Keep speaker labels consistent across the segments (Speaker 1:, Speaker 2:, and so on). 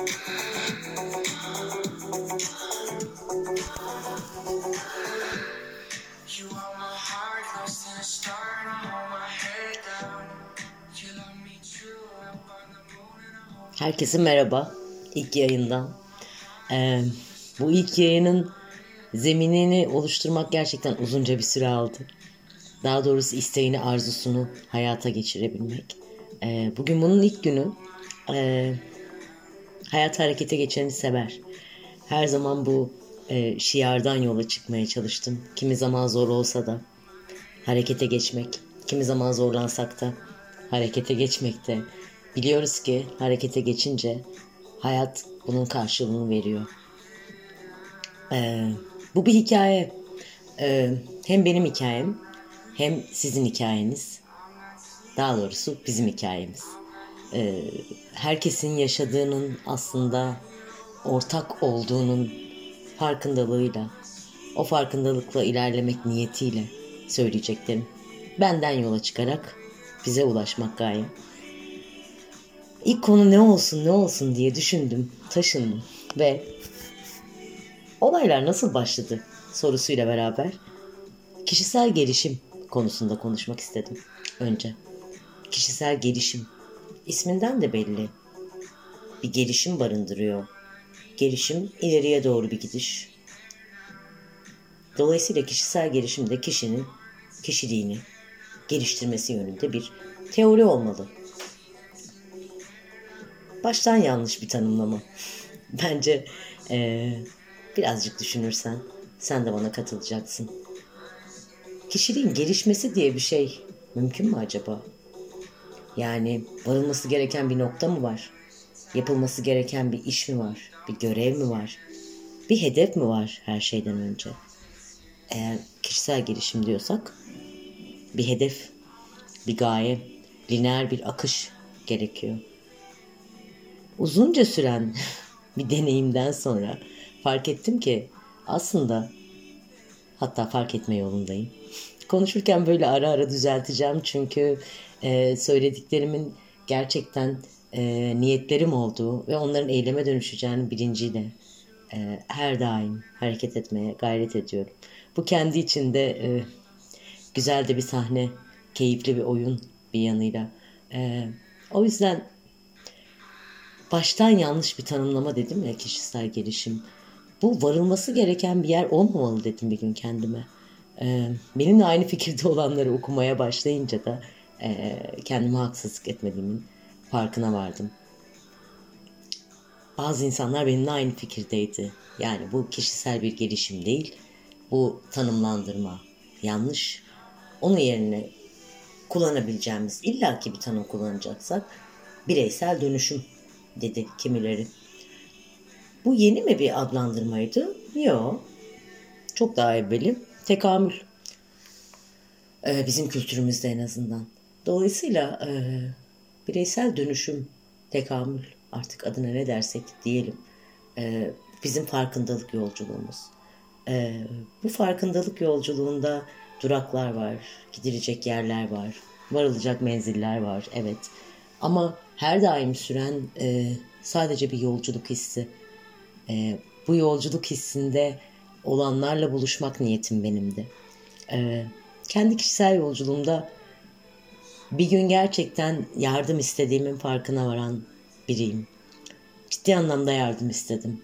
Speaker 1: Herkese merhaba ilk yayından. Bu ilk yayının zeminini oluşturmak gerçekten uzunca bir süre aldı. Daha doğrusu isteğini, arzusunu hayata geçirebilmek. Bugün bunun ilk günü. Hayat harekete geçeni sever. Her zaman bu şiardan yola çıkmaya çalıştım. Kimi zaman zor olsa da harekete geçmek, kimi zaman zorlansak da harekete geçmekte. Biliyoruz ki harekete geçince hayat bunun karşılığını veriyor. Bu bir hikaye. Hem benim hikayem hem sizin hikayeniz. Daha doğrusu bizim hikayemiz. Herkesin yaşadığının aslında ortak olduğunun farkındalığıyla, o farkındalıkla ilerlemek niyetiyle söyleyeceklerim. Benden yola çıkarak bize ulaşmak gaye. İlk konu ne olsun diye düşündüm, taşındım ve olaylar nasıl başladı sorusuyla beraber kişisel gelişim konusunda konuşmak istedim önce. Kişisel gelişim. İsminden de belli. Bir gelişim barındırıyor. Gelişim ileriye doğru bir gidiş. Dolayısıyla kişisel gelişim de kişinin kişiliğini geliştirmesi yönünde bir teori olmalı. Baştan yanlış bir tanımlama. Bence birazcık düşünürsen sen de bana katılacaksın. Kişiliğin gelişmesi diye bir şey mümkün mü acaba? Yani varılması gereken bir nokta mı var? Yapılması gereken bir iş mi var? Bir görev mi var? Bir hedef mi var her şeyden önce? Eğer kişisel gelişim diyorsak bir hedef, bir gaye, lineer bir akış gerekiyor. Uzunca süren bir deneyimden sonra fark ettim ki aslında, hatta fark etme yolundayım. Konuşurken böyle ara ara düzelteceğim çünkü söylediklerimin gerçekten niyetlerim olduğu ve onların eyleme dönüşeceğinin bilinciyle her daim hareket etmeye gayret ediyorum. Bu kendi içinde güzel de bir sahne, keyifli bir oyun bir yanıyla. O yüzden baştan yanlış bir tanımlama dedim ya kişisel gelişim. Bu varılması gereken bir yer olmamalı dedim bir gün kendime. Benimle aynı fikirde olanları okumaya başlayınca da kendime haksızlık etmediğimin farkına vardım. Bazı insanlar benimle aynı fikirdeydi. Yani bu kişisel bir gelişim değil, bu tanımlandırma yanlış. Onun yerine kullanabileceğimiz illaki bir tanım kullanacaksak bireysel dönüşüm dedi kimileri. Bu yeni mi bir adlandırmaydı? Yok. Çok daha evveli. Tekamül. Bizim kültürümüzde en azından. Dolayısıyla bireysel dönüşüm, tekamül artık adına ne dersek diyelim. Bizim farkındalık yolculuğumuz. Bu farkındalık yolculuğunda duraklar var, gidilecek yerler var, varılacak menziller var, evet. Ama her daim süren sadece bir yolculuk hissi. Bu yolculuk hissinde olanlarla buluşmak niyetim benimdi. Kendi kişisel yolculuğumda bir gün gerçekten yardım istediğimin farkına varan biriyim. Ciddi anlamda yardım istedim.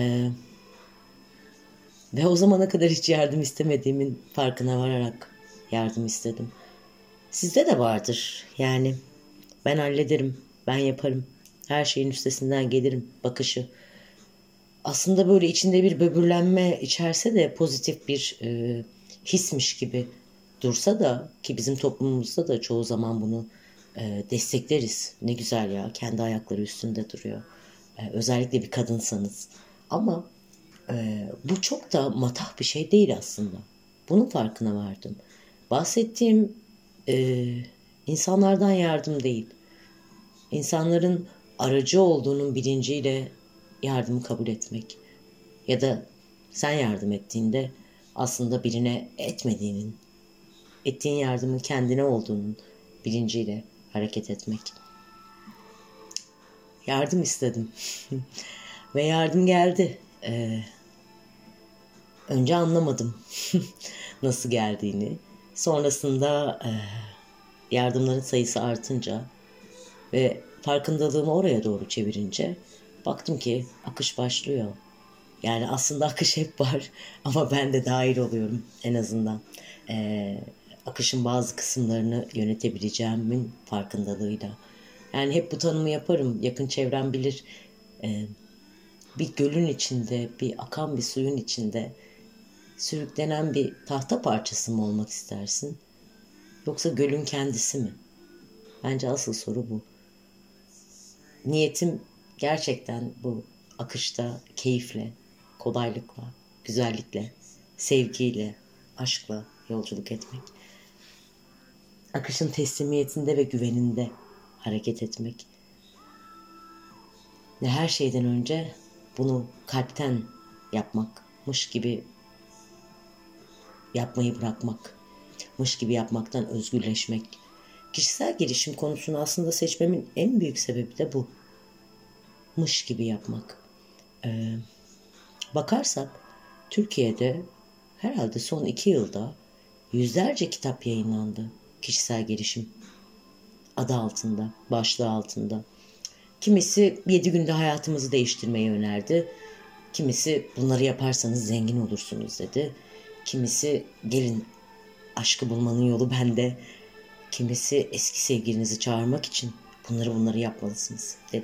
Speaker 1: Ve o zamana kadar hiç yardım istemediğimin farkına vararak yardım istedim. Sizde de vardır yani. Ben hallederim, ben yaparım, her şeyin üstesinden gelirim bakışı. Aslında böyle içinde bir böbürlenme içerse de pozitif bir hismiş gibi dursa da, ki bizim toplumumuzda da çoğu zaman bunu destekleriz. Ne güzel ya, kendi ayakları üstünde duruyor. Özellikle bir kadınsanız. Ama bu çok da matah bir şey değil aslında. Bunun farkına vardım. Bahsettiğim insanlardan yardım değil. İnsanların aracı olduğunun bilinciyle yardımı kabul etmek. Ya da sen yardım ettiğinde aslında birine etmediğinin, ettiğin yardımın kendine olduğunun bilinciyle hareket etmek. yardım istedim. Ve yardım geldi. Önce anlamadım nasıl geldiğini. Sonrasında yardımların sayısı artınca ve farkındalığımı oraya doğru çevirince baktım ki akış başlıyor. Yani aslında akış hep var ama ben de dahil oluyorum en azından. Akışın bazı kısımlarını yönetebileceğimin farkındalığıyla. Yani hep bu tanımı yaparım. Yakın çevrem bilir. Bir gölün içinde, bir akan bir suyun içinde sürüklenen bir tahta parçası mı olmak istersin? Yoksa gölün kendisi mi? Bence asıl soru bu. Niyetim gerçekten bu akışta keyifle, kolaylıkla, güzellikle, sevgiyle, aşkla yolculuk etmek. Akışın teslimiyetinde ve güveninde hareket etmek. Ve her şeyden önce bunu kalpten yapmakmış gibi yapmayı bırakmakmış gibi yapmaktan özgürleşmek. Kişisel gelişim konusunu aslında seçmemin en büyük sebebi de bu. Mış gibi yapmak. Bakarsak Türkiye'de herhalde son 2 yılda yüzlerce kitap yayınlandı. Kişisel gelişim adı altında, başlığı altında. Kimisi 7 günde hayatımızı değiştirmeyi önerdi. Kimisi bunları yaparsanız zengin olursunuz dedi. Kimisi gelin aşkı bulmanın yolu bende. Kimisi eski sevgilinizi çağırmak için bunları yapmalısınız dedi.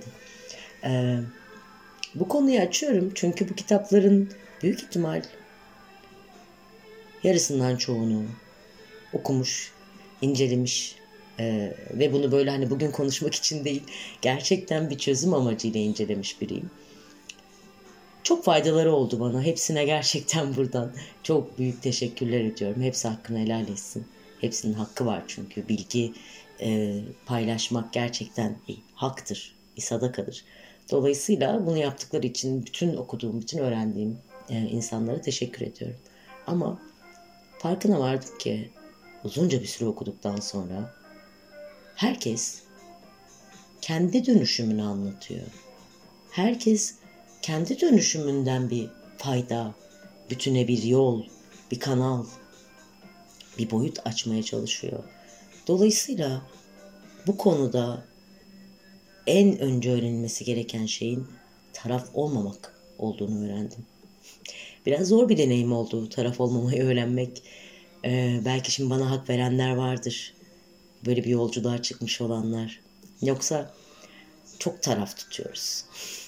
Speaker 1: Bu konuyu açıyorum çünkü bu kitapların büyük ihtimal yarısından çoğunu okumuş, incelemiş ve bunu böyle hani bugün konuşmak için değil, gerçekten bir çözüm amacıyla incelemiş biriyim. Çok faydaları oldu bana. Hepsine gerçekten buradan çok büyük teşekkürler ediyorum. Hepsi hakkını helal etsin. Hepsinin hakkı var çünkü bilgi paylaşmak gerçekten bir haktır, bir sadakadır. Dolayısıyla bunu yaptıkları için bütün okuduğum, bütün öğrendiğim insanlara teşekkür ediyorum. Ama farkına vardım ki uzunca bir süre okuduktan sonra herkes kendi dönüşümünü anlatıyor. Herkes kendi dönüşümünden bir fayda, bütüne bir yol, bir kanal, bir boyut açmaya çalışıyor. Dolayısıyla bu konuda en önce öğrenilmesi gereken şeyin taraf olmamak olduğunu öğrendim. Biraz zor bir deneyim oldu taraf olmamayı öğrenmek. Belki şimdi bana hak verenler vardır. Böyle bir yolculuğa çıkmış olanlar. Yoksa çok taraf tutuyoruz.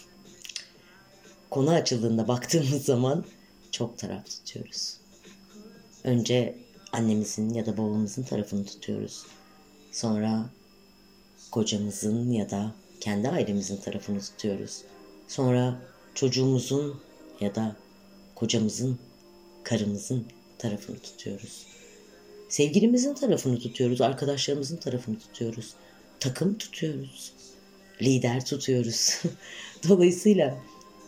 Speaker 1: Konu açıldığında baktığımız zaman çok taraf tutuyoruz. Önce annemizin ya da babamızın tarafını tutuyoruz. Sonra kocamızın ya da kendi ailemizin tarafını tutuyoruz. Sonra çocuğumuzun ya da kocamızın, karımızın tarafını tutuyoruz. Sevgilimizin tarafını tutuyoruz, arkadaşlarımızın tarafını tutuyoruz. Takım tutuyoruz, lider tutuyoruz. Dolayısıyla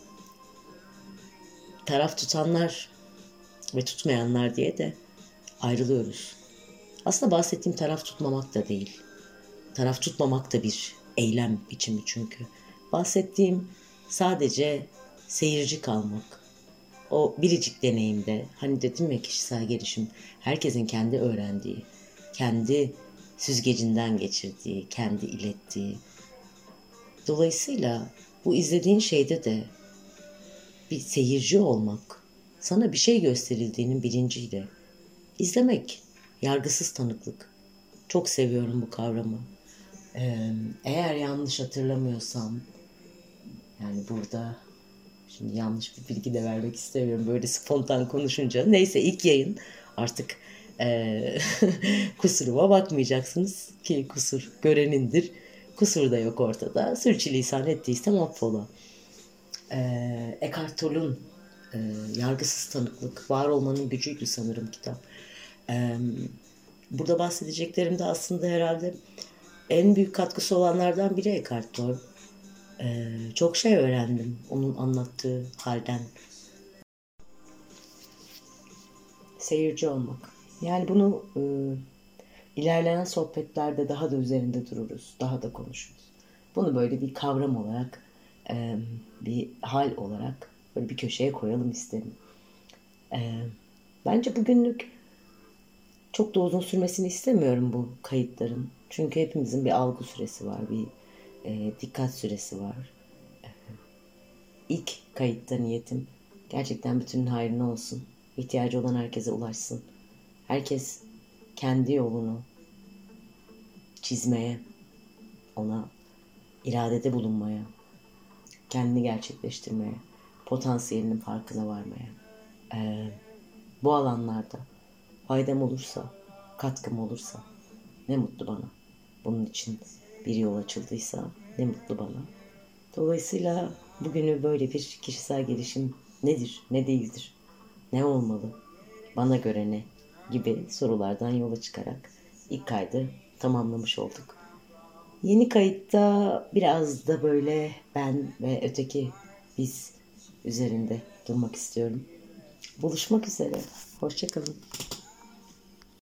Speaker 1: taraf tutanlar ve tutmayanlar diye de ayrılıyoruz. Aslında bahsettiğim taraf tutmamak da değil. Taraf tutmamak da bir eylem biçimi çünkü. Bahsettiğim sadece seyirci kalmak. O biricik deneyimde, hani dedim ya kişisel gelişim, herkesin kendi öğrendiği, kendi süzgecinden geçirdiği, kendi ilettiği. Dolayısıyla bu izlediğin şeyde de bir seyirci olmak, sana bir şey gösterildiğinin bilinciyle izlemek, yargısız tanıklık. Çok seviyorum bu kavramı. Eğer yanlış hatırlamıyorsam, yani burada şimdi yanlış bir bilgi de vermek istemiyorum böyle spontan konuşunca. Neyse ilk yayın artık kusuruma bakmayacaksınız ki kusur görenindir. Kusur da yok ortada. Sürçülisan ettiysem affola. Eckhart Tolle'un Yargısız Tanıklık, Var Olmanın Gücüydü sanırım kitap. Burada bahsedeceklerim de aslında herhalde en büyük katkısı olanlardan biri Eckhart Tolle. Çok şey öğrendim onun anlattığı halden. Seyirci olmak. Yani bunu ilerleyen sohbetlerde daha da üzerinde dururuz, daha da konuşuruz. Bunu böyle bir kavram olarak bir hal olarak böyle bir köşeye koyalım istedim. Bence bugünlük çok da uzun sürmesini istemiyorum bu kayıtların. Çünkü hepimizin bir algı süresi var, bir dikkat süresi var. İlk kayıtta niyetim gerçekten bütünün hayrına olsun. İhtiyacı olan herkese ulaşsın. Herkes kendi yolunu çizmeye, ona iradede bulunmaya, kendini gerçekleştirmeye, potansiyelinin farkına varmaya. Bu alanlarda faydam olursa, katkım olursa ne mutlu bana. Bunun için bir yol açıldıysa ne mutlu bana. Dolayısıyla bugünü böyle bir kişisel gelişim nedir, ne değildir, ne olmalı, bana göre ne gibi sorulardan yola çıkarak ilk kaydı tamamlamış olduk. Yeni kayıtta biraz da böyle ben ve öteki biz üzerinde durmak istiyorum. Buluşmak üzere. Hoşça kalın.